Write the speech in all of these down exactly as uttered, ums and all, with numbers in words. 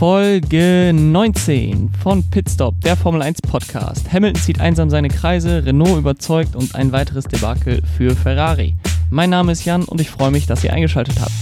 Folge neunzehn von Pitstop, der Formel eins Podcast. Hamilton zieht einsam seine Kreise, Renault überzeugt und ein weiteres Debakel für Ferrari. Mein Name ist Jan und ich freue mich, dass ihr eingeschaltet habt.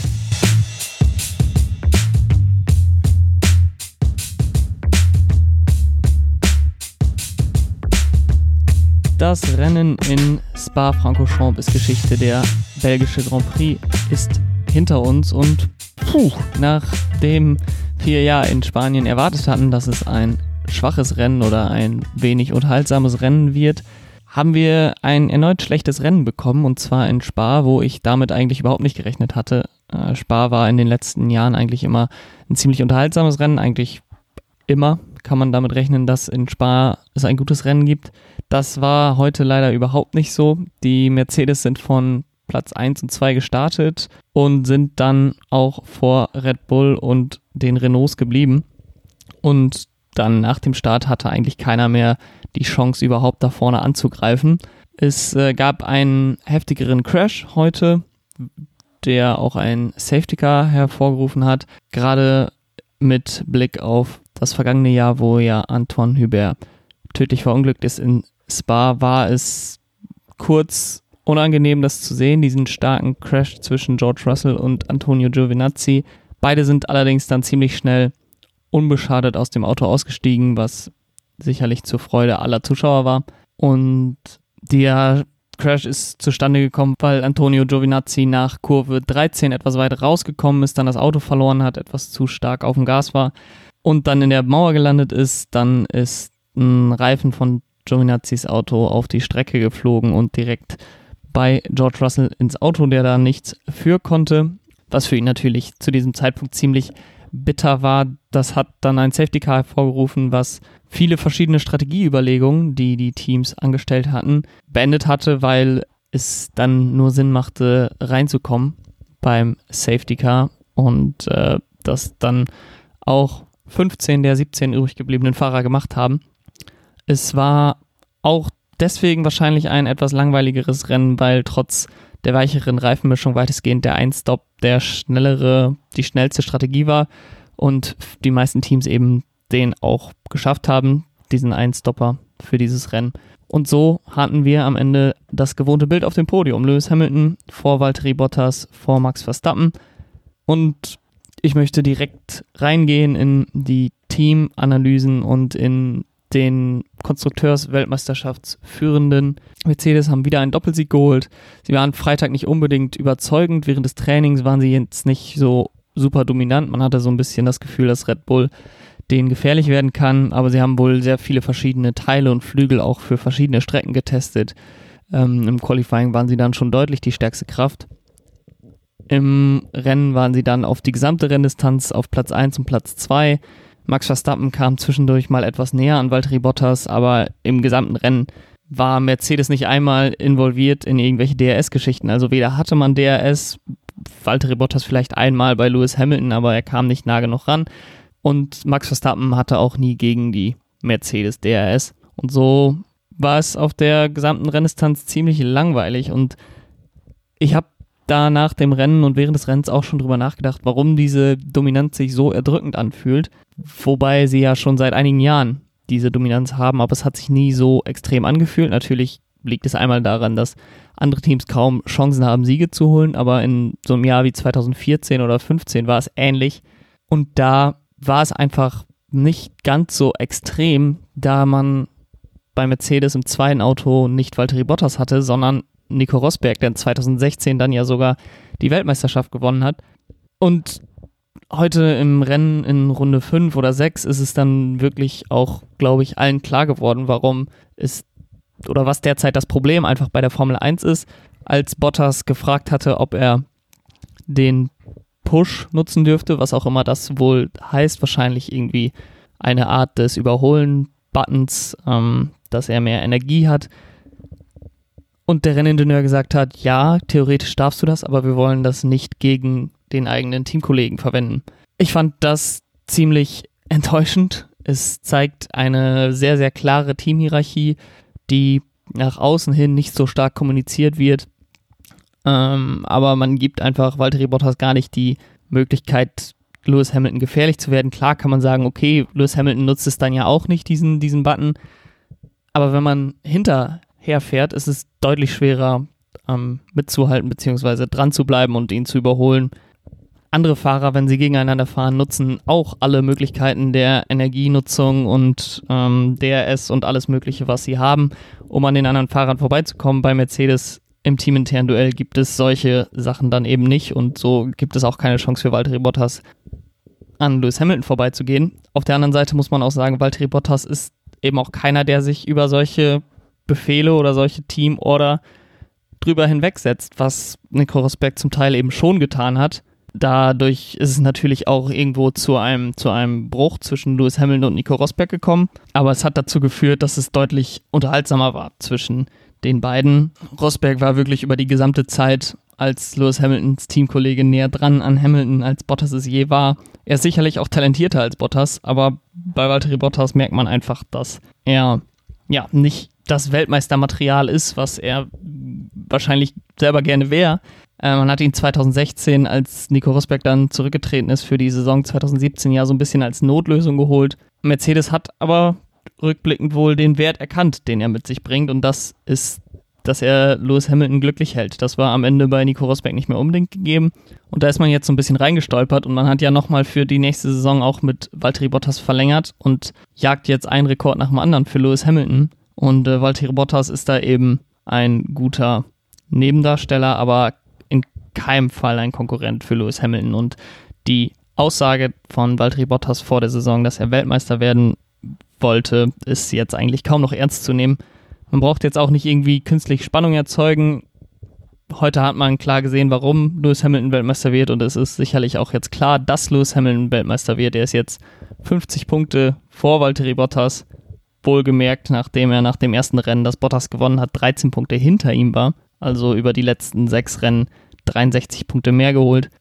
Das Rennen in Spa-Francorchamps ist Geschichte. Der belgische Grand Prix ist hinter uns und puh, nachdem wir ja in Spanien erwartet hatten, dass es ein schwaches Rennen oder ein wenig unterhaltsames Rennen wird, haben wir ein erneut schlechtes Rennen bekommen, und zwar in Spa, wo ich damit eigentlich überhaupt nicht gerechnet hatte. Äh, Spa war in den letzten Jahren eigentlich immer ein ziemlich unterhaltsames Rennen, eigentlich immer kann man damit rechnen, dass in Spa es ein gutes Rennen gibt. Das war heute leider überhaupt nicht so. Die Mercedes sind von Platz eins und zwei gestartet und sind dann auch vor Red Bull und den Renaults geblieben. Und dann nach dem Start hatte eigentlich keiner mehr die Chance, überhaupt da vorne anzugreifen. Es äh, gab einen heftigeren Crash heute, der auch ein Safety Car hervorgerufen hat. Gerade mit Blick auf das vergangene Jahr, wo ja Antoine Hubert tödlich verunglückt ist in Spa, war es kurz unangenehm, das zu sehen, diesen starken Crash zwischen George Russell und Antonio Giovinazzi. Beide sind allerdings dann ziemlich schnell unbeschadet aus dem Auto ausgestiegen, was sicherlich zur Freude aller Zuschauer war. Und der Crash ist zustande gekommen, weil Antonio Giovinazzi nach Kurve dreizehn etwas weit rausgekommen ist, dann das Auto verloren hat, etwas zu stark auf dem Gas war und dann in der Mauer gelandet ist. Dann ist ein Reifen von Giovinazzis Auto auf die Strecke geflogen und direkt bei George Russell ins Auto, der da nichts für konnte, was für ihn natürlich zu diesem Zeitpunkt ziemlich bitter war. Das hat dann ein Safety Car hervorgerufen, was viele verschiedene Strategieüberlegungen, die die Teams angestellt hatten, beendet hatte, weil es dann nur Sinn machte, reinzukommen beim Safety Car und äh, das dann auch fünfzehn der siebzehn übrig gebliebenen Fahrer gemacht haben. Es war auch deswegen wahrscheinlich ein etwas langweiligeres Rennen, weil trotz der weicheren Reifenmischung weitestgehend der Einstop der schnellere, die schnellste Strategie war und die meisten Teams eben den auch geschafft haben, diesen Einstopper für dieses Rennen. Und so hatten wir am Ende das gewohnte Bild auf dem Podium. Lewis Hamilton vor Valtteri Bottas, vor Max Verstappen. Und ich möchte direkt reingehen in die Teamanalysen und in den Konstrukteurs-Weltmeisterschaftsführenden. Mercedes haben wieder einen Doppelsieg geholt. Sie waren Freitag nicht unbedingt überzeugend. Während des Trainings waren sie jetzt nicht so super dominant. Man hatte so ein bisschen das Gefühl, dass Red Bull denen gefährlich werden kann, aber sie haben wohl sehr viele verschiedene Teile und Flügel auch für verschiedene Strecken getestet. Ähm, im Qualifying waren sie dann schon deutlich die stärkste Kraft. Im Rennen waren sie dann auf die gesamte Renndistanz auf Platz eins und Platz zwei. Max Verstappen kam zwischendurch mal etwas näher an Valtteri Bottas, aber im gesamten Rennen war Mercedes nicht einmal involviert in irgendwelche D R S-Geschichten. Also weder hatte man D R S, Valtteri Bottas vielleicht einmal bei Lewis Hamilton, aber er kam nicht nah genug ran. Und Max Verstappen hatte auch nie gegen die Mercedes D R S. Und so war es auf der gesamten Renndistanz ziemlich langweilig. Und ich habe da nach dem Rennen und während des Rennens auch schon drüber nachgedacht, warum diese Dominanz sich so erdrückend anfühlt. Wobei sie ja schon seit einigen Jahren diese Dominanz haben, aber es hat sich nie so extrem angefühlt. Natürlich liegt es einmal daran, dass andere Teams kaum Chancen haben, Siege zu holen, aber in so einem Jahr wie zweitausendvierzehn oder fünfzehn war es ähnlich. Und da war es einfach nicht ganz so extrem, da man bei Mercedes im zweiten Auto nicht Valtteri Bottas hatte, sondern Nico Rosberg, der zweitausendsechzehn dann ja sogar die Weltmeisterschaft gewonnen hat. Und heute im Rennen in Runde fünf oder sechs ist es dann wirklich auch, glaube ich, allen klar geworden, warum es oder was derzeit das Problem einfach bei der Formel eins ist. Als Bottas gefragt hatte, ob er den Push nutzen dürfte, was auch immer das wohl heißt, wahrscheinlich irgendwie eine Art des Überholen-Buttons, ähm, dass er mehr Energie hat. Und der Renningenieur gesagt hat, ja, theoretisch darfst du das, aber wir wollen das nicht gegen den eigenen Teamkollegen verwenden. Ich fand das ziemlich enttäuschend. Es zeigt eine sehr, sehr klare Teamhierarchie, die nach außen hin nicht so stark kommuniziert wird. Ähm, aber man gibt einfach Valtteri Bottas gar nicht die Möglichkeit Lewis Hamilton gefährlich zu werden. Klar kann man sagen, okay, Lewis Hamilton nutzt es dann ja auch nicht, diesen, diesen Button. Aber wenn man hinterher fährt, ist es deutlich schwerer ähm, mitzuhalten bzw. dran zu bleiben und ihn zu überholen. Andere Fahrer, wenn sie gegeneinander fahren, nutzen auch alle Möglichkeiten der Energienutzung und ähm, D R S und alles Mögliche, was sie haben, um an den anderen Fahrern vorbeizukommen. Bei Mercedes im teaminternen Duell gibt es solche Sachen dann eben nicht und so gibt es auch keine Chance für Valtteri Bottas, an Lewis Hamilton vorbeizugehen. Auf der anderen Seite muss man auch sagen, Valtteri Bottas ist eben auch keiner, der sich über solche Befehle oder solche Teamorder drüber hinwegsetzt, was Nico Rosberg zum Teil eben schon getan hat. Dadurch ist es natürlich auch irgendwo zu einem, zu einem Bruch zwischen Lewis Hamilton und Nico Rosberg gekommen. Aber es hat dazu geführt, dass es deutlich unterhaltsamer war zwischen den beiden. Rosberg war wirklich über die gesamte Zeit als Lewis Hamiltons Teamkollege näher dran an Hamilton, als Bottas es je war. Er ist sicherlich auch talentierter als Bottas, aber bei Valtteri Bottas merkt man einfach, dass er ja nicht das Weltmeistermaterial ist, was er wahrscheinlich selber gerne wäre. Man hat ihn zwanzig sechzehn, als Nico Rosberg dann zurückgetreten ist für die Saison zwanzig siebzehn, ja so ein bisschen als Notlösung geholt. Mercedes hat aber rückblickend wohl den Wert erkannt, den er mit sich bringt, und das ist, dass er Lewis Hamilton glücklich hält. Das war am Ende bei Nico Rosberg nicht mehr unbedingt gegeben und da ist man jetzt so ein bisschen reingestolpert und man hat ja nochmal für die nächste Saison auch mit Valtteri Bottas verlängert und jagt jetzt einen Rekord nach dem anderen für Lewis Hamilton und äh, Valtteri Bottas ist da eben ein guter Nebendarsteller, aber in keinem Fall ein Konkurrent für Lewis Hamilton. Und die Aussage von Valtteri Bottas vor der Saison, dass er Weltmeister werden wollte, ist jetzt eigentlich kaum noch ernst zu nehmen. Man braucht jetzt auch nicht irgendwie künstlich Spannung erzeugen. Heute hat man klar gesehen, warum Lewis Hamilton Weltmeister wird, und es ist sicherlich auch jetzt klar, dass Lewis Hamilton Weltmeister wird. Er ist jetzt fünfzig Punkte vor Valtteri Bottas, wohlgemerkt, nachdem er nach dem ersten Rennen, das Bottas gewonnen hat, dreizehn Punkte hinter ihm war. Also über die letzten sechs Rennen dreiundsechzig Punkte mehr geholt.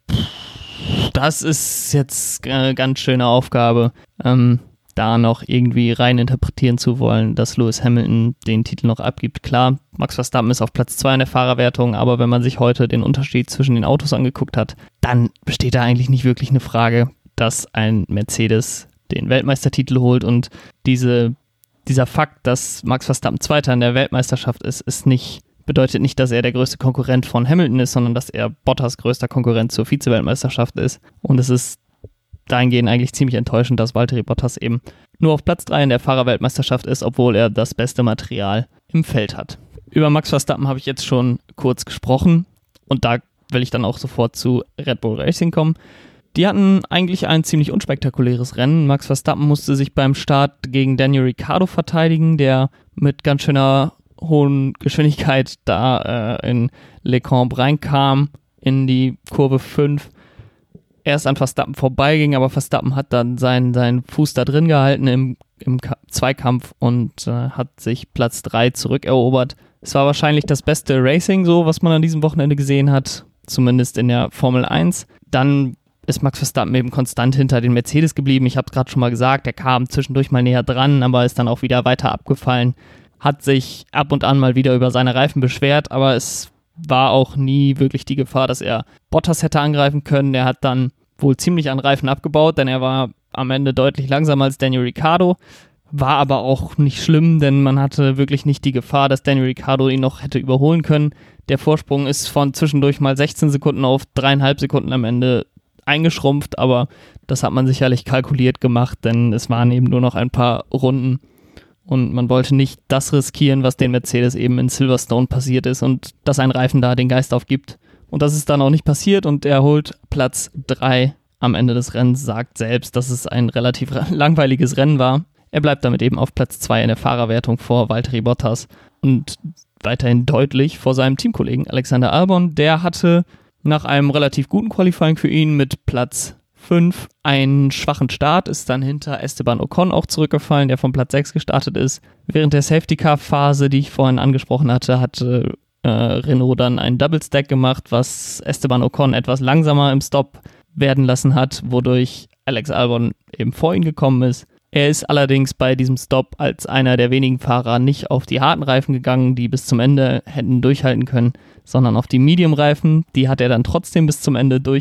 Das ist jetzt eine ganz schöne Aufgabe, ähm, da noch irgendwie rein interpretieren zu wollen, dass Lewis Hamilton den Titel noch abgibt. Klar, Max Verstappen ist auf Platz zwei in der Fahrerwertung, aber wenn man sich heute den Unterschied zwischen den Autos angeguckt hat, dann besteht da eigentlich nicht wirklich eine Frage, dass ein Mercedes den Weltmeistertitel holt, und diese, dieser Fakt, dass Max Verstappen Zweiter in der Weltmeisterschaft ist, ist nicht bedeutet nicht, dass er der größte Konkurrent von Hamilton ist, sondern dass er Bottas größter Konkurrent zur Vize-Weltmeisterschaft ist. Und es ist dahingehend eigentlich ziemlich enttäuschend, dass Valtteri Bottas eben nur auf Platz drei in der Fahrerweltmeisterschaft ist, obwohl er das beste Material im Feld hat. Über Max Verstappen habe ich jetzt schon kurz gesprochen und da will ich dann auch sofort zu Red Bull Racing kommen. Die hatten eigentlich ein ziemlich unspektakuläres Rennen. Max Verstappen musste sich beim Start gegen Daniel Ricciardo verteidigen, der mit ganz schöner hohen Geschwindigkeit da äh, in Le Camp reinkam, in die Kurve fünf, erst an Verstappen vorbeiging, aber Verstappen hat dann seinen, seinen Fuß da drin gehalten im, im Ka- Zweikampf und äh, hat sich Platz drei zurückerobert. Es war wahrscheinlich das beste Racing, so was man an diesem Wochenende gesehen hat, zumindest in der Formel eins. Dann ist Max Verstappen eben konstant hinter den Mercedes geblieben. Ich habe es gerade schon mal gesagt, er kam zwischendurch mal näher dran, aber ist dann auch wieder weiter abgefallen. Hat sich ab und an mal wieder über seine Reifen beschwert, aber es war auch nie wirklich die Gefahr, dass er Bottas hätte angreifen können. Er hat dann wohl ziemlich an Reifen abgebaut, denn er war am Ende deutlich langsamer als Daniel Ricciardo. War aber auch nicht schlimm, denn man hatte wirklich nicht die Gefahr, dass Daniel Ricciardo ihn noch hätte überholen können. Der Vorsprung ist von zwischendurch mal sechzehn Sekunden auf dreieinhalb Sekunden am Ende eingeschrumpft, aber das hat man sicherlich kalkuliert gemacht, denn es waren eben nur noch ein paar Runden. Und man wollte nicht das riskieren, was den Mercedes eben in Silverstone passiert ist und dass ein Reifen da den Geist aufgibt. Und das ist dann auch nicht passiert und er holt Platz drei am Ende des Rennens, sagt selbst, dass es ein relativ langweiliges Rennen war. Er bleibt damit eben auf Platz zwei in der Fahrerwertung vor Valtteri Bottas und weiterhin deutlich vor seinem Teamkollegen Alexander Albon. Der hatte nach einem relativ guten Qualifying für ihn mit Platz fünf einen schwachen Start, ist dann hinter Esteban Ocon auch zurückgefallen, der von Platz sechs gestartet ist. Während der Safety-Car-Phase, die ich vorhin angesprochen hatte, hatte äh, Renault dann einen Double-Stack gemacht, was Esteban Ocon etwas langsamer im Stop werden lassen hat, wodurch Alex Albon eben vor ihn gekommen ist. Er ist allerdings bei diesem Stop als einer der wenigen Fahrer nicht auf die harten Reifen gegangen, die bis zum Ende hätten durchhalten können, sondern auf die Medium-Reifen. Die hat er dann trotzdem bis zum Ende durch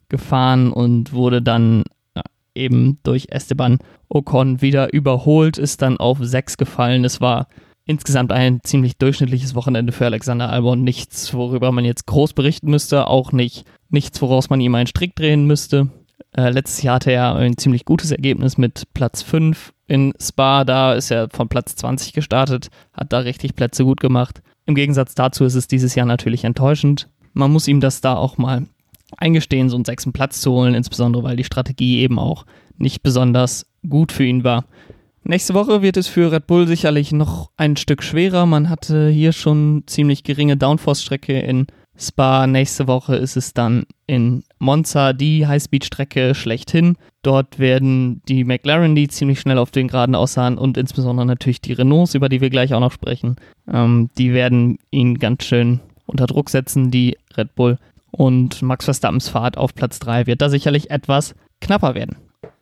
gefahren und wurde dann ja, eben durch Esteban Ocon wieder überholt, ist dann auf sechs gefallen. Es war insgesamt ein ziemlich durchschnittliches Wochenende für Alexander Albon. Nichts, worüber man jetzt groß berichten müsste, auch nicht nichts, woraus man ihm einen Strick drehen müsste. Äh, letztes Jahr hatte er ein ziemlich gutes Ergebnis mit Platz fünf in Spa. Da ist er von Platz zwanzig gestartet, hat da richtig Plätze gut gemacht. Im Gegensatz dazu ist es dieses Jahr natürlich enttäuschend. Man muss ihm das da auch mal eingestehen, so einen sechsten Platz zu holen, insbesondere weil die Strategie eben auch nicht besonders gut für ihn war. Nächste Woche wird es für Red Bull sicherlich noch ein Stück schwerer. Man hatte hier schon ziemlich geringe Downforce-Strecke in Spa. Nächste Woche ist es dann in Monza, die Highspeed-Strecke schlechthin. Dort werden die McLaren, die ziemlich schnell auf den Geraden aussahen, und insbesondere natürlich die Renaults, über die wir gleich auch noch sprechen, ähm, die werden ihn ganz schön unter Druck setzen, die Red Bull. Und Max Verstappens Fahrt auf Platz drei wird da sicherlich etwas knapper werden.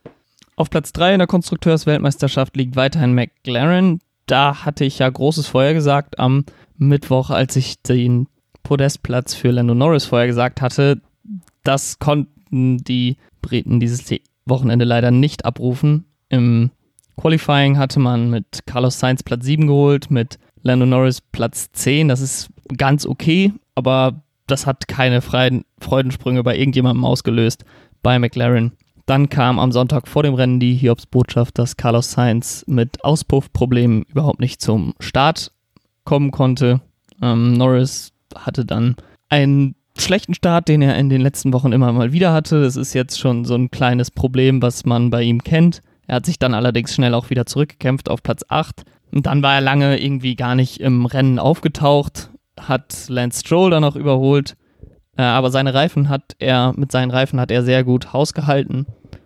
Auf Platz drei in der Konstrukteursweltmeisterschaft liegt weiterhin McLaren. Da hatte ich ja Großes vorhergesagt am Mittwoch, als ich den Podestplatz für Lando Norris vorhergesagt hatte. Das konnten die Briten dieses Wochenende leider nicht abrufen. Im Qualifying hatte man mit Carlos Sainz Platz sieben geholt, mit Lando Norris Platz zehn. Das ist ganz okay, aber das hat keine Freudensprünge bei irgendjemandem ausgelöst bei McLaren. Dann kam am Sonntag vor dem Rennen die Hiobsbotschaft, dass Carlos Sainz mit Auspuffproblemen überhaupt nicht zum Start kommen konnte. Ähm, Norris hatte dann einen schlechten Start, den er in den letzten Wochen immer mal wieder hatte. Das ist jetzt schon so ein kleines Problem, was man bei ihm kennt. Er hat sich dann allerdings schnell auch wieder zurückgekämpft auf Platz acht. Und dann war er lange irgendwie gar nicht im Rennen aufgetaucht, hat Lance Stroll dann noch überholt. Äh, aber seine Reifen hat er, mit seinen Reifen hat er sehr gut hausgehalten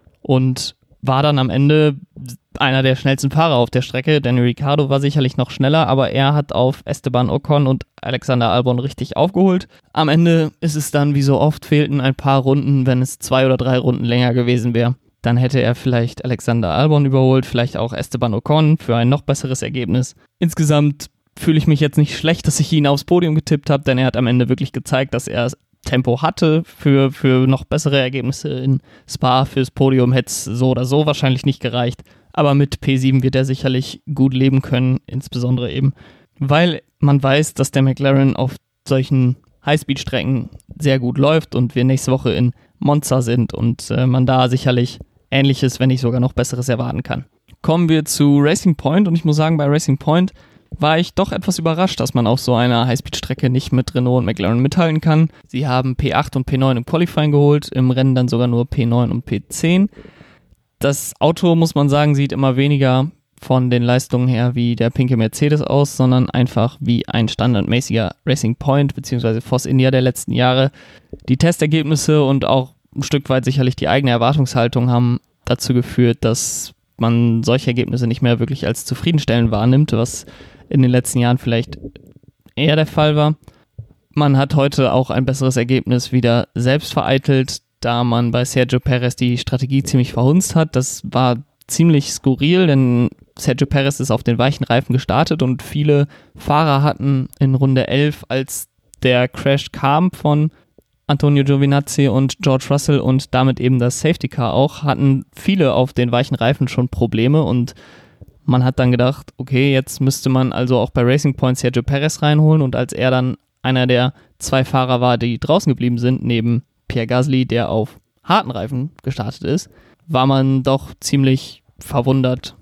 und war dann am Ende einer der schnellsten Fahrer auf der Strecke. Daniel Ricciardo war sicherlich noch schneller, aber er hat auf Esteban Ocon und Alexander Albon richtig aufgeholt. Am Ende ist es dann, wie so oft, fehlten ein paar Runden. Wenn es zwei oder drei Runden länger gewesen wäre, dann hätte er vielleicht Alexander Albon überholt, vielleicht auch Esteban Ocon für ein noch besseres Ergebnis. Insgesamt fühle ich mich jetzt nicht schlecht, dass ich ihn aufs Podium getippt habe, denn er hat am Ende wirklich gezeigt, dass er Tempo hatte für, für noch bessere Ergebnisse in Spa. Fürs Podium hätte es so oder so wahrscheinlich nicht gereicht, aber mit P sieben wird er sicherlich gut leben können, insbesondere eben, weil man weiß, dass der McLaren auf solchen Highspeed-Strecken sehr gut läuft und wir nächste Woche in Monza sind und äh, man da sicherlich Ähnliches, wenn nicht sogar noch Besseres erwarten kann. Kommen wir zu Racing Point und ich muss sagen, bei Racing Point war ich doch etwas überrascht, dass man auf so einer Highspeed-Strecke nicht mit Renault und McLaren mithalten kann. Sie haben P acht und P neun im Qualifying geholt, im Rennen dann sogar nur P neun und P zehn. Das Auto, muss man sagen, sieht immer weniger von den Leistungen her wie der pinke Mercedes aus, sondern einfach wie ein standardmäßiger Racing Point bzw. Force India der letzten Jahre. Die Testergebnisse und auch ein Stück weit sicherlich die eigene Erwartungshaltung haben dazu geführt, dass man solche Ergebnisse nicht mehr wirklich als zufriedenstellend wahrnimmt, was in den letzten Jahren vielleicht eher der Fall war. Man hat heute auch ein besseres Ergebnis wieder selbst vereitelt, da man bei Sergio Perez die Strategie ziemlich verhunzt hat. Das war ziemlich skurril, denn Sergio Perez ist auf den weichen Reifen gestartet und viele Fahrer hatten in Runde elf, als der Crash kam von Antonio Giovinazzi und George Russell und damit eben das Safety Car auch, hatten viele auf den weichen Reifen schon Probleme und man hat dann gedacht, okay, jetzt müsste man also auch bei Racing Point Sergio Perez reinholen und als er dann einer der zwei Fahrer war, die draußen geblieben sind, neben Pierre Gasly, der auf harten Reifen gestartet ist, war man doch ziemlich verwundert.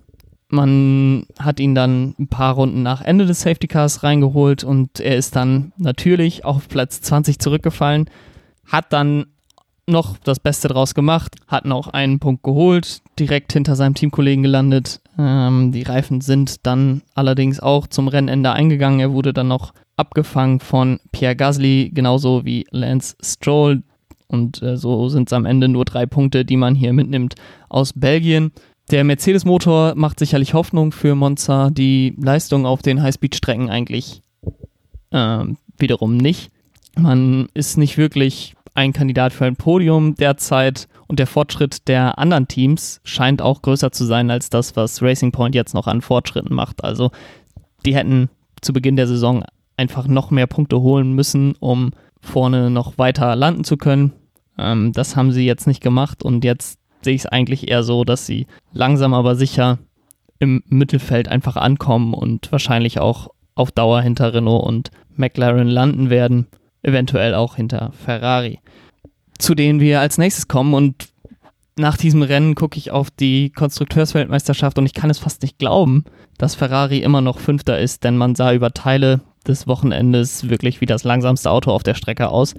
Man hat ihn dann ein paar Runden nach Ende des Safety Cars reingeholt und er ist dann natürlich auf Platz zwanzig zurückgefallen, hat dann noch das Beste draus gemacht, hat noch einen Punkt geholt, direkt hinter seinem Teamkollegen gelandet. Ähm, die Reifen sind dann allerdings auch zum Rennende eingegangen. Er wurde dann noch abgefangen von Pierre Gasly, genauso wie Lance Stroll. Und äh, so sind es am Ende nur drei Punkte, die man hier mitnimmt aus Belgien. Der Mercedes-Motor macht sicherlich Hoffnung für Monza. Die Leistung auf den Highspeed-Strecken eigentlich äh, wiederum nicht. Man ist nicht wirklich ein Kandidat für ein Podium derzeit und der Fortschritt der anderen Teams scheint auch größer zu sein als das, was Racing Point jetzt noch an Fortschritten macht. Also die hätten zu Beginn der Saison einfach noch mehr Punkte holen müssen, um vorne noch weiter landen zu können. Ähm, das haben sie jetzt nicht gemacht und jetzt sehe ich es eigentlich eher so, dass sie langsam aber sicher im Mittelfeld einfach ankommen und wahrscheinlich auch auf Dauer hinter Renault und McLaren landen werden, eventuell auch hinter Ferrari, zu denen wir als nächstes kommen. Und nach diesem Rennen gucke ich auf die Konstrukteursweltmeisterschaft und ich kann es fast nicht glauben, dass Ferrari immer noch Fünfter ist, denn man sah über Teile des Wochenendes wirklich wie das langsamste Auto auf der Strecke aus.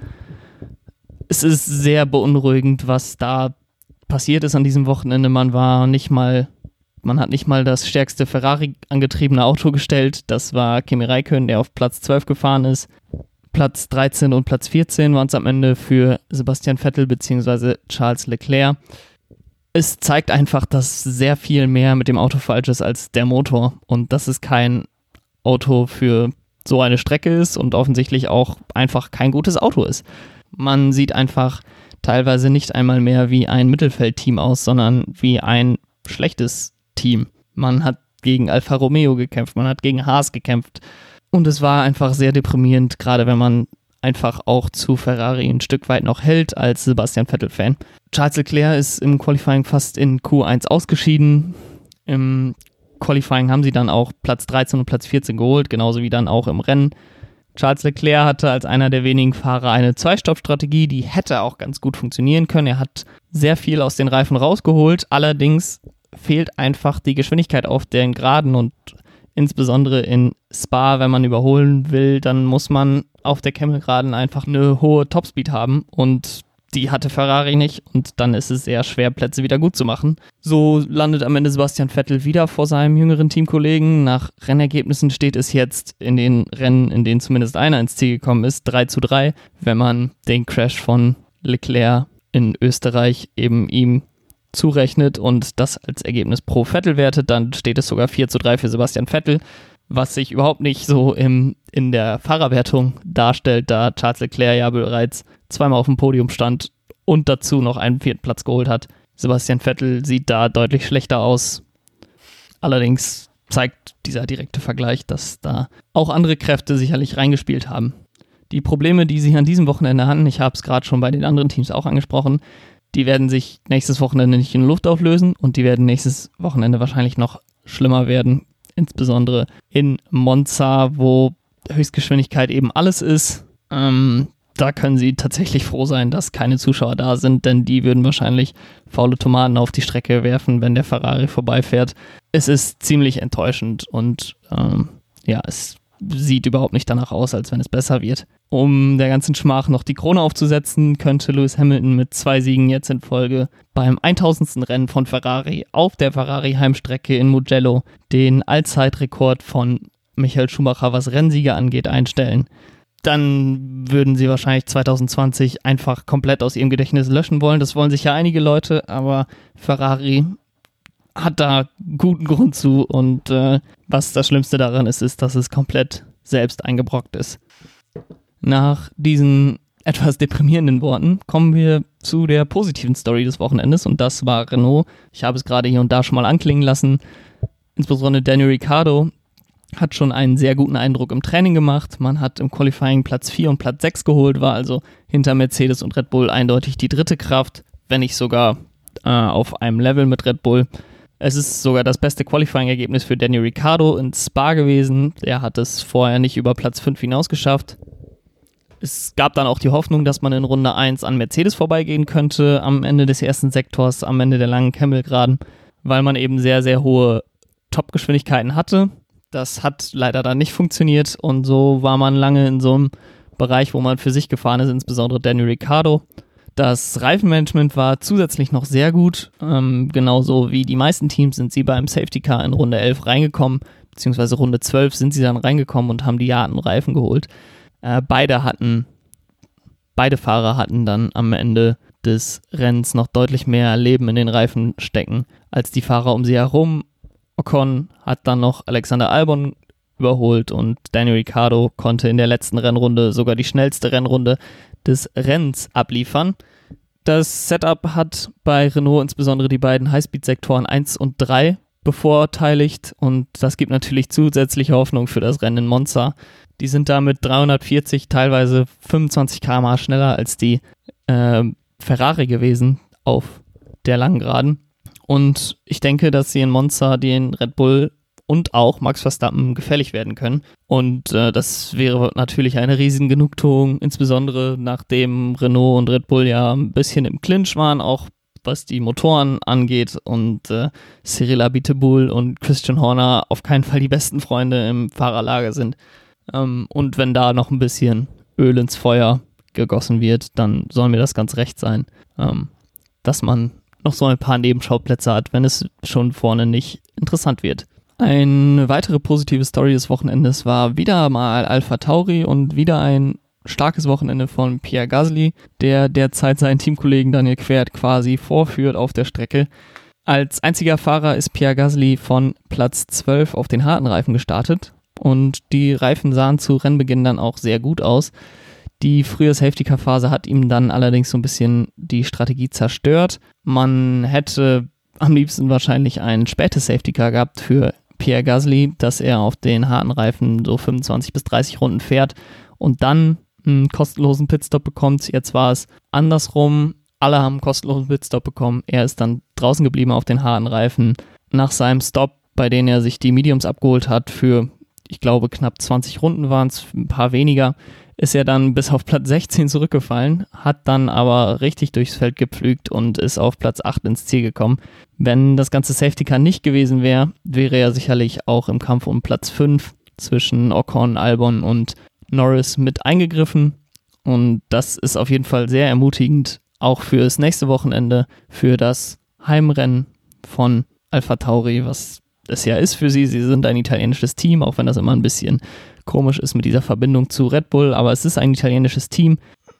Es ist sehr beunruhigend, was da passiert ist an diesem Wochenende. Man war nicht mal Man hat nicht mal das stärkste Ferrari angetriebene Auto gestellt. Das war Kimi Räikkönen, der auf Platz zwölf gefahren ist. Platz dreizehn und Platz vierzehn waren es am Ende für Sebastian Vettel bzw. Charles Leclerc. Es zeigt einfach, dass sehr viel mehr mit dem Auto falsch ist als der Motor und dass es kein Auto für so eine Strecke ist und offensichtlich auch einfach kein gutes Auto ist. Man sieht einfach teilweise nicht einmal mehr wie ein Mittelfeldteam aus, sondern wie ein schlechtes Team. Man hat gegen Alfa Romeo gekämpft, man hat gegen Haas gekämpft und es war einfach sehr deprimierend, gerade wenn man einfach auch zu Ferrari ein Stück weit noch hält als Sebastian Vettel-Fan. Charles Leclerc ist im Qualifying fast in Q eins ausgeschieden. Im Qualifying haben sie dann auch Platz dreizehn und Platz vierzehn geholt, genauso wie dann auch im Rennen. Charles Leclerc hatte als einer der wenigen Fahrer eine Zwei-Stopp-Strategie, die hätte auch ganz gut funktionieren können. Er hat sehr viel aus den Reifen rausgeholt, allerdings fehlt einfach die Geschwindigkeit auf den Geraden und insbesondere in Spa, wenn man überholen will, dann muss man auf der Camel-Geraden einfach eine hohe Topspeed haben und die hatte Ferrari nicht und dann ist es sehr schwer, Plätze wieder gut zu machen. So landet am Ende Sebastian Vettel wieder vor seinem jüngeren Teamkollegen. Nach Rennergebnissen steht es jetzt in den Rennen, in denen zumindest einer ins Ziel gekommen ist, drei zu drei, wenn man den Crash von Leclerc in Österreich eben ihm zurechnet und das als Ergebnis pro Vettel wertet, dann steht es sogar vier zu drei für Sebastian Vettel, was sich überhaupt nicht so im, in der Fahrerwertung darstellt, da Charles Leclerc ja bereits zweimal auf dem Podium stand und dazu noch einen vierten Platz geholt hat. Sebastian Vettel sieht da deutlich schlechter aus. Allerdings zeigt dieser direkte Vergleich, dass da auch andere Kräfte sicherlich reingespielt haben. Die Probleme, die sie an diesem Wochenende hatten, ich habe es gerade schon bei den anderen Teams auch angesprochen, die werden sich nächstes Wochenende nicht in Luft auflösen und die werden nächstes Wochenende wahrscheinlich noch schlimmer werden, insbesondere in Monza, wo Höchstgeschwindigkeit eben alles ist. Ähm, da können sie tatsächlich froh sein, dass keine Zuschauer da sind, denn die würden wahrscheinlich faule Tomaten auf die Strecke werfen, wenn der Ferrari vorbeifährt. Es ist ziemlich enttäuschend und ähm, ja, es sieht überhaupt nicht danach aus, als wenn es besser wird. Um der ganzen Schmach noch die Krone aufzusetzen, könnte Lewis Hamilton mit zwei Siegen jetzt in Folge beim tausendsten Rennen von Ferrari auf der Ferrari-Heimstrecke in Mugello den Allzeitrekord von Michael Schumacher, was Rennsiege angeht, einstellen. Dann würden sie wahrscheinlich zwanzig zwanzig einfach komplett aus ihrem Gedächtnis löschen wollen. Das wollen sicher einige Leute, aber Ferrari hat da guten Grund zu und äh, was das Schlimmste daran ist, ist, dass es komplett selbst eingebrockt ist. Nach diesen etwas deprimierenden Worten kommen wir zu der positiven Story des Wochenendes und das war Renault. Ich habe es gerade hier und da schon mal anklingen lassen. Insbesondere Daniel Ricciardo hat schon einen sehr guten Eindruck im Training gemacht. Man hat im Qualifying Platz vier und Platz sechs geholt, war also hinter Mercedes und Red Bull eindeutig die dritte Kraft, wenn nicht sogar äh, auf einem Level mit Red Bull. Es ist sogar das beste Qualifying-Ergebnis für Daniel Ricciardo in Spa gewesen. Er hat es vorher nicht über Platz fünf hinaus geschafft. Es gab dann auch die Hoffnung, dass man in Runde eins an Mercedes vorbeigehen könnte, am Ende des ersten Sektors, am Ende der langen Camel-Geraden, weil man eben sehr, sehr hohe Top-Geschwindigkeiten hatte. Das hat leider dann nicht funktioniert und so war man lange in so einem Bereich, wo man für sich gefahren ist, insbesondere Daniel Ricciardo. Das Reifenmanagement war zusätzlich noch sehr gut. Ähm, genauso wie die meisten Teams sind sie beim Safety Car in Runde elf reingekommen, beziehungsweise Runde zwölf sind sie dann reingekommen und haben die harten Reifen geholt. Äh, beide hatten, beide Fahrer hatten dann am Ende des Rennens noch deutlich mehr Leben in den Reifen stecken als die Fahrer um sie herum. Ocon hat dann noch Alexander Albon überholt und Daniel Ricciardo konnte in der letzten Rennrunde sogar die schnellste Rennrunde des Rennens abliefern. Das Setup hat bei Renault insbesondere die beiden Highspeed-Sektoren eins und drei bevorteiligt und das gibt natürlich zusätzliche Hoffnung für das Rennen in Monza. Die sind damit dreihundertvierzig, teilweise fünfundzwanzig Kilometer pro Stunde schneller als die äh, Ferrari gewesen auf der langen Geraden. Und ich denke, dass sie in Monza den Red Bull und auch Max Verstappen gefährlich werden können. Und äh, das wäre natürlich eine riesen Genugtuung, insbesondere nachdem Renault und Red Bull ja ein bisschen im Clinch waren, auch was die Motoren angeht. Und äh, Cyril Abiteboul und Christian Horner auf keinen Fall die besten Freunde im Fahrerlager sind. Ähm, und wenn da noch ein bisschen Öl ins Feuer gegossen wird, dann soll mir das ganz recht sein, ähm, dass man noch so ein paar Nebenschauplätze hat, wenn es schon vorne nicht interessant wird. Eine weitere positive Story des Wochenendes war wieder mal AlphaTauri und wieder ein starkes Wochenende von Pierre Gasly, der derzeit seinen Teamkollegen Daniel Kvyat quasi vorführt auf der Strecke. Als einziger Fahrer ist Pierre Gasly von Platz zwölf auf den harten Reifen gestartet und die Reifen sahen zu Rennbeginn dann auch sehr gut aus. Die frühe Safety-Car-Phase hat ihm dann allerdings so ein bisschen die Strategie zerstört. Man hätte am liebsten wahrscheinlich ein spätes Safety-Car gehabt für Pierre Gasly, dass er auf den harten Reifen so fünfundzwanzig bis dreißig Runden fährt und dann einen kostenlosen Pitstop bekommt. Jetzt war es andersrum. Alle haben einen kostenlosen Pitstop bekommen. Er ist dann draußen geblieben auf den harten Reifen. Nach seinem Stop, bei dem er sich die Mediums abgeholt hat für, ich glaube, knapp zwanzig Runden waren es, ein paar weniger, ist er dann bis auf Platz sechzehn zurückgefallen, hat dann aber richtig durchs Feld gepflügt und ist auf Platz acht ins Ziel gekommen. Wenn das ganze Safety Car nicht gewesen wäre, wäre er sicherlich auch im Kampf um Platz fünf zwischen Ocon, Albon und Norris mit eingegriffen. Und das ist auf jeden Fall sehr ermutigend, auch für das nächste Wochenende, für das Heimrennen von AlphaTauri, was es ja ist für sie. Sie sind ein italienisches Team, auch wenn das immer ein bisschen komisch ist mit dieser Verbindung zu Red Bull, aber es ist ein italienisches Team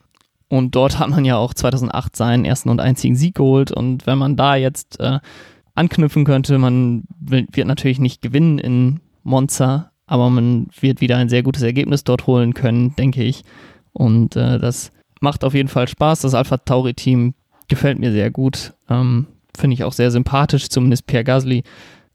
und dort hat man ja auch zweitausendacht seinen ersten und einzigen Sieg geholt und wenn man da jetzt äh, anknüpfen könnte, man will, wird natürlich nicht gewinnen in Monza, aber man wird wieder ein sehr gutes Ergebnis dort holen können, denke ich, und äh, das macht auf jeden Fall Spaß. Das AlphaTauri-Team gefällt mir sehr gut, ähm, finde ich auch sehr sympathisch, zumindest Pierre Gasly.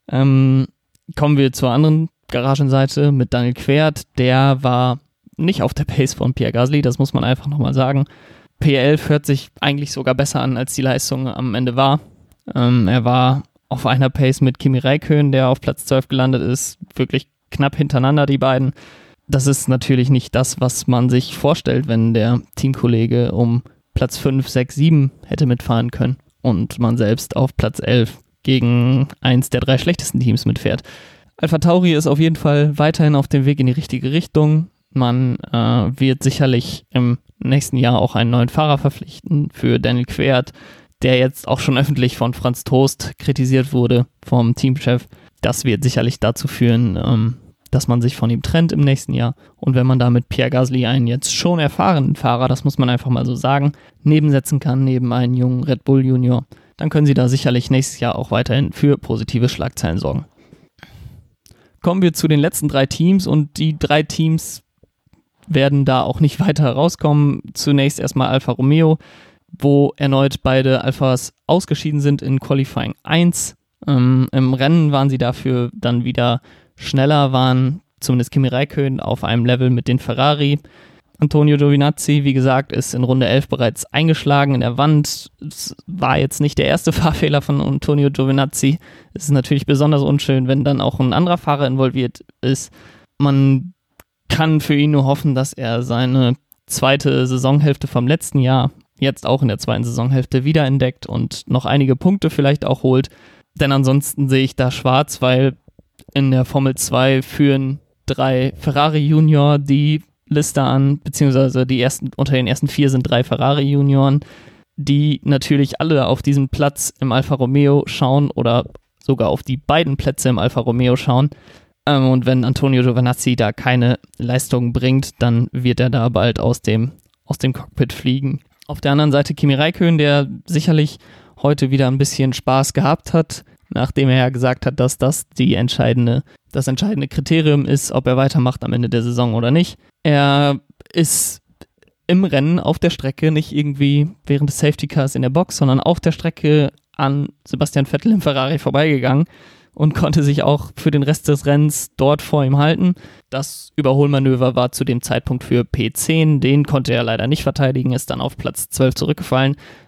Ähm, kommen wir zur anderen Garagenseite mit Daniel Kvyat, der war nicht auf der Pace von Pierre Gasly, das muss man einfach nochmal sagen. P elf hört sich eigentlich sogar besser an, als die Leistung am Ende war. Ähm, er war auf einer Pace mit Kimi Räikkönen, der auf Platz zwölf gelandet ist, wirklich knapp hintereinander, die beiden. Das ist natürlich nicht das, was man sich vorstellt, wenn der Teamkollege um Platz fünf, sechs, sieben hätte mitfahren können und man selbst auf Platz elf gegen eins der drei schlechtesten Teams mitfährt. AlphaTauri ist auf jeden Fall weiterhin auf dem Weg in die richtige Richtung. Man äh, wird sicherlich im nächsten Jahr auch einen neuen Fahrer verpflichten für Daniel Kvyat, der jetzt auch schon öffentlich von Franz Tost kritisiert wurde, vom Teamchef. Das wird sicherlich dazu führen, ähm, dass man sich von ihm trennt im nächsten Jahr. Und wenn man da mit Pierre Gasly einen jetzt schon erfahrenen Fahrer, das muss man einfach mal so sagen, nebensetzen kann, neben einen jungen Red Bull Junior, dann können sie da sicherlich nächstes Jahr auch weiterhin für positive Schlagzeilen sorgen. Kommen wir zu den letzten drei Teams und die drei Teams werden da auch nicht weiter rauskommen. Zunächst erstmal Alfa Romeo, wo erneut beide Alphas ausgeschieden sind in Qualifying eins. Ähm, Im Rennen waren sie dafür dann wieder schneller, waren zumindest Kimi Räikkönen auf einem Level mit den Ferrari. Antonio Giovinazzi, wie gesagt, ist in Runde elf bereits eingeschlagen in der Wand. Es war jetzt nicht der erste Fahrfehler von Antonio Giovinazzi. Es ist natürlich besonders unschön, wenn dann auch ein anderer Fahrer involviert ist. Man kann für ihn nur hoffen, dass er seine zweite Saisonhälfte vom letzten Jahr jetzt auch in der zweiten Saisonhälfte wiederentdeckt und noch einige Punkte vielleicht auch holt. Denn ansonsten sehe ich da schwarz, weil in der Formel zwei führen drei Ferrari Junior die Liste an, beziehungsweise die ersten, unter den ersten vier sind drei Ferrari Junioren, die natürlich alle auf diesen Platz im Alfa Romeo schauen oder sogar auf die beiden Plätze im Alfa Romeo schauen. Ähm, und wenn Antonio Giovinazzi da keine Leistung bringt, dann wird er da bald aus dem, aus dem Cockpit fliegen. Auf der anderen Seite Kimi Räikkönen, der sicherlich heute wieder ein bisschen Spaß gehabt hat, nachdem er ja gesagt hat, dass das die entscheidende, das entscheidende Kriterium ist, ob er weitermacht am Ende der Saison oder nicht. Er ist im Rennen auf der Strecke, nicht irgendwie während des Safety Cars in der Box, sondern auf der Strecke an Sebastian Vettel im Ferrari vorbeigegangen und konnte sich auch für den Rest des Rennens dort vor ihm halten. Das Überholmanöver war zu dem Zeitpunkt für P zehn, den konnte er leider nicht verteidigen, ist dann auf Platz zwölf zurückgefallen.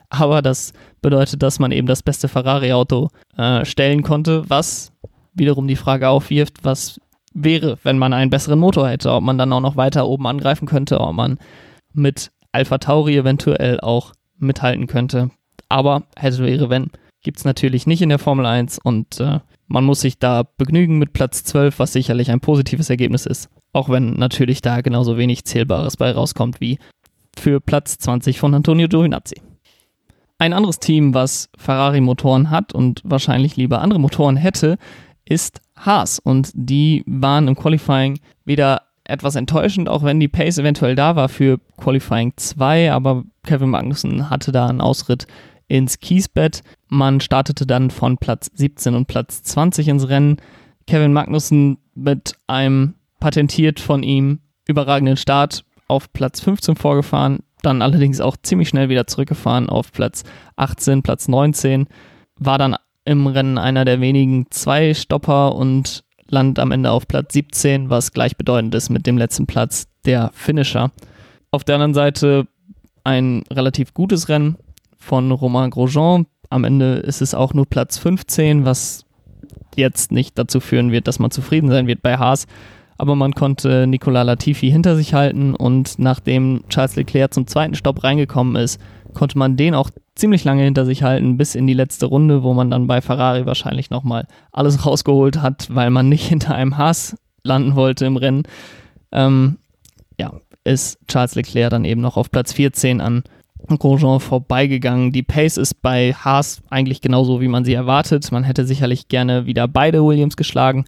aber das bedeutet, dass man eben das beste Ferrari-Auto äh, stellen konnte, was wiederum die Frage aufwirft, was wäre, wenn man einen besseren Motor hätte, ob man dann auch noch weiter oben angreifen könnte, ob man mit AlphaTauri eventuell auch mithalten könnte. Aber hätte, wäre, wenn, gibt es natürlich nicht in der Formel eins und äh, man muss sich da begnügen mit Platz zwölf, was sicherlich ein positives Ergebnis ist, auch wenn natürlich da genauso wenig Zählbares bei rauskommt wie für Platz zwanzig von Antonio Giovinazzi. Ein anderes Team, was Ferrari-Motoren hat und wahrscheinlich lieber andere Motoren hätte, ist Haas, und die waren im Qualifying wieder etwas enttäuschend, auch wenn die Pace eventuell da war für Qualifying zwei, aber Kevin Magnussen hatte da einen Ausritt ins Kiesbett. Man startete dann von Platz siebzehn und Platz zwanzig ins Rennen. Kevin Magnussen mit einem patentiert von ihm überragenden Start auf Platz fünfzehn vorgefahren, dann allerdings auch ziemlich schnell wieder zurückgefahren auf Platz achtzehn, Platz neunzehn, war dann im Rennen einer der wenigen Zwei-Stopper und landet am Ende auf Platz siebzehn, was gleichbedeutend ist mit dem letzten Platz der Finisher. Auf der anderen Seite ein relativ gutes Rennen von Romain Grosjean. Am Ende ist es auch nur Platz fünfzehn, was jetzt nicht dazu führen wird, dass man zufrieden sein wird bei Haas. Aber man konnte Nicolas Latifi hinter sich halten, und nachdem Charles Leclerc zum zweiten Stopp reingekommen ist, konnte man den auch ziemlich lange hinter sich halten, bis in die letzte Runde, wo man dann bei Ferrari wahrscheinlich nochmal alles rausgeholt hat, weil man nicht hinter einem Haas landen wollte im Rennen. Ähm, ja, ist Charles Leclerc dann eben noch auf Platz vierzehn an Grosjean vorbeigegangen. Die Pace ist bei Haas eigentlich genauso, wie man sie erwartet. Man hätte sicherlich gerne wieder beide Williams geschlagen.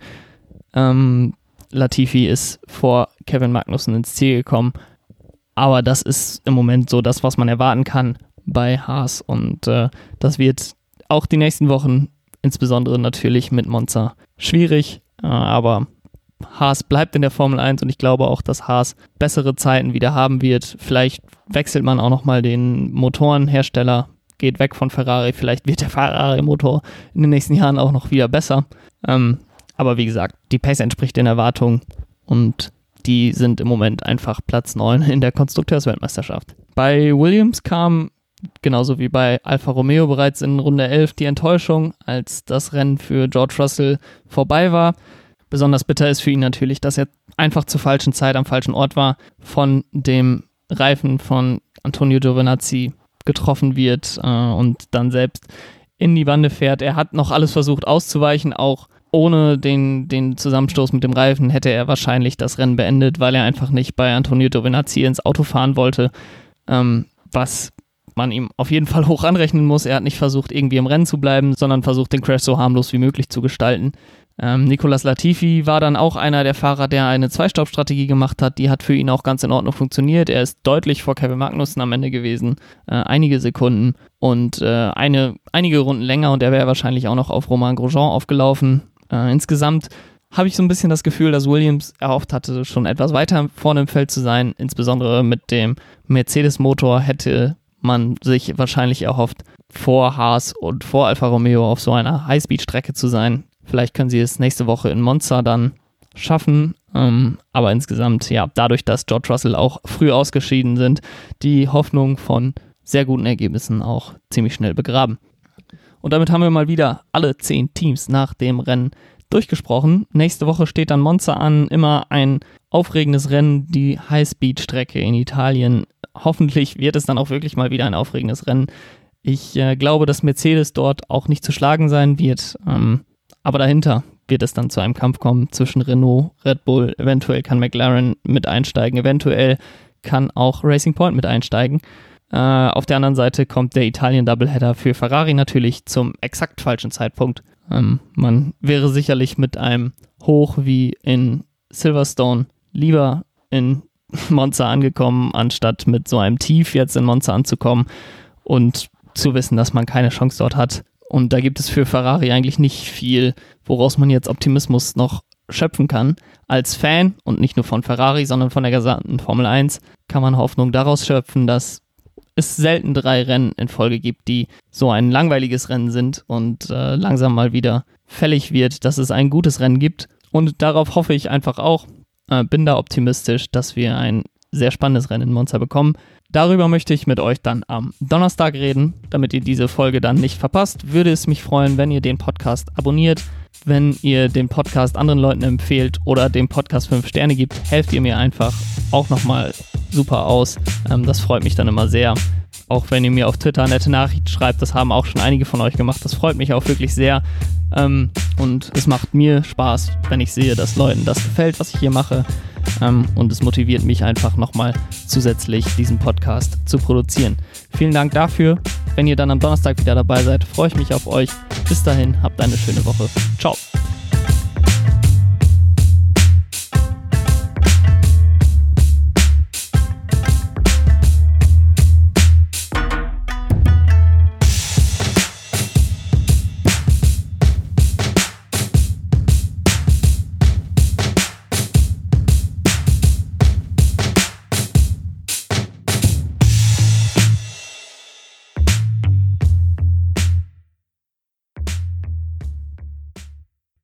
Ähm, Latifi ist vor Kevin Magnussen ins Ziel gekommen, aber das ist im Moment so das, was man erwarten kann bei Haas, und äh, das wird auch die nächsten Wochen, insbesondere natürlich mit Monza, schwierig, äh, aber Haas bleibt in der Formel eins, und ich glaube auch, dass Haas bessere Zeiten wieder haben wird. Vielleicht wechselt man auch nochmal den Motorenhersteller, geht weg von Ferrari, vielleicht wird der Ferrari-Motor in den nächsten Jahren auch noch wieder besser. Ähm, aber wie gesagt, die Pace entspricht den Erwartungen, und die sind im Moment einfach Platz neun in der Konstrukteursweltmeisterschaft. Bei Williams kam, genauso wie bei Alfa Romeo, bereits in Runde elf die Enttäuschung, als das Rennen für George Russell vorbei war. Besonders bitter ist für ihn natürlich, dass er einfach zur falschen Zeit am falschen Ort war, von dem Reifen von Antonio Giovinazzi getroffen wird äh, und dann selbst in die Bande fährt. Er hat noch alles versucht auszuweichen, auch ohne den, den Zusammenstoß mit dem Reifen hätte er wahrscheinlich das Rennen beendet, weil er einfach nicht bei Antonio Giovinazzi ins Auto fahren wollte, ähm, was man ihm auf jeden Fall hoch anrechnen muss. Er hat nicht versucht, irgendwie im Rennen zu bleiben, sondern versucht, den Crash so harmlos wie möglich zu gestalten. Ähm, Nicolas Latifi war dann auch einer der Fahrer, der eine Zwei-Stopp-Strategie gemacht hat. Die hat für ihn auch ganz in Ordnung funktioniert. Er ist deutlich vor Kevin Magnussen am Ende gewesen, äh, einige Sekunden und äh, eine, einige Runden länger, und er wäre wahrscheinlich auch noch auf Romain Grosjean aufgelaufen. Äh, insgesamt habe ich so ein bisschen das Gefühl, dass Williams erhofft hatte, schon etwas weiter vorne im Feld zu sein. Insbesondere mit dem Mercedes-Motor hätte man sich wahrscheinlich erhofft, vor Haas und vor Alfa Romeo auf so einer Highspeed-Strecke zu sein. Vielleicht können sie es nächste Woche in Monza dann schaffen, ähm, aber insgesamt, ja, dadurch, dass George Russell auch früh ausgeschieden sind, die Hoffnung von sehr guten Ergebnissen auch ziemlich schnell begraben. Und damit haben wir mal wieder alle zehn Teams nach dem Rennen durchgesprochen. Nächste Woche steht dann Monza an, immer ein aufregendes Rennen, die Highspeed-Strecke in Italien. Hoffentlich wird es dann auch wirklich mal wieder ein aufregendes Rennen. Ich äh, glaube, dass Mercedes dort auch nicht zu schlagen sein wird, ähm, aber dahinter wird es dann zu einem Kampf kommen zwischen Renault, Red Bull, eventuell kann McLaren mit einsteigen, eventuell kann auch Racing Point mit einsteigen. Äh, auf der anderen Seite kommt der Italien-Doubleheader für Ferrari natürlich zum exakt falschen Zeitpunkt. Ähm, man wäre sicherlich mit einem Hoch wie in Silverstone lieber in Monza angekommen, anstatt mit so einem Tief jetzt in Monza anzukommen und zu wissen, dass man keine Chance dort hat. Und da gibt es für Ferrari eigentlich nicht viel, woraus man jetzt Optimismus noch schöpfen kann. Als Fan, und nicht nur von Ferrari, sondern von der gesamten Formel eins, kann man Hoffnung daraus schöpfen, dass es selten drei Rennen in Folge gibt, die so ein langweiliges Rennen sind und äh, langsam mal wieder fällig wird, dass es ein gutes Rennen gibt. Und darauf hoffe ich einfach auch, äh, bin da optimistisch, dass wir ein sehr spannendes Rennen in Monza bekommen. Darüber möchte ich mit euch dann am Donnerstag reden, damit ihr diese Folge dann nicht verpasst. Würde es mich freuen, wenn ihr den Podcast abonniert, wenn ihr den Podcast anderen Leuten empfehlt oder dem Podcast fünf Sterne gibt. Helft ihr mir einfach auch nochmal super aus. Ähm, das freut mich dann immer sehr. Auch wenn ihr mir auf Twitter nette Nachrichten schreibt, das haben auch schon einige von euch gemacht. Das freut mich auch wirklich sehr. Ähm, und es macht mir Spaß, wenn ich sehe, dass Leuten das gefällt, was ich hier mache. Ähm, und es motiviert mich einfach nochmal zusätzlich, diesen Podcast zu produzieren. Vielen Dank dafür. Wenn ihr dann am Donnerstag wieder dabei seid, freue ich mich auf euch. Bis dahin, habt eine schöne Woche. Ciao.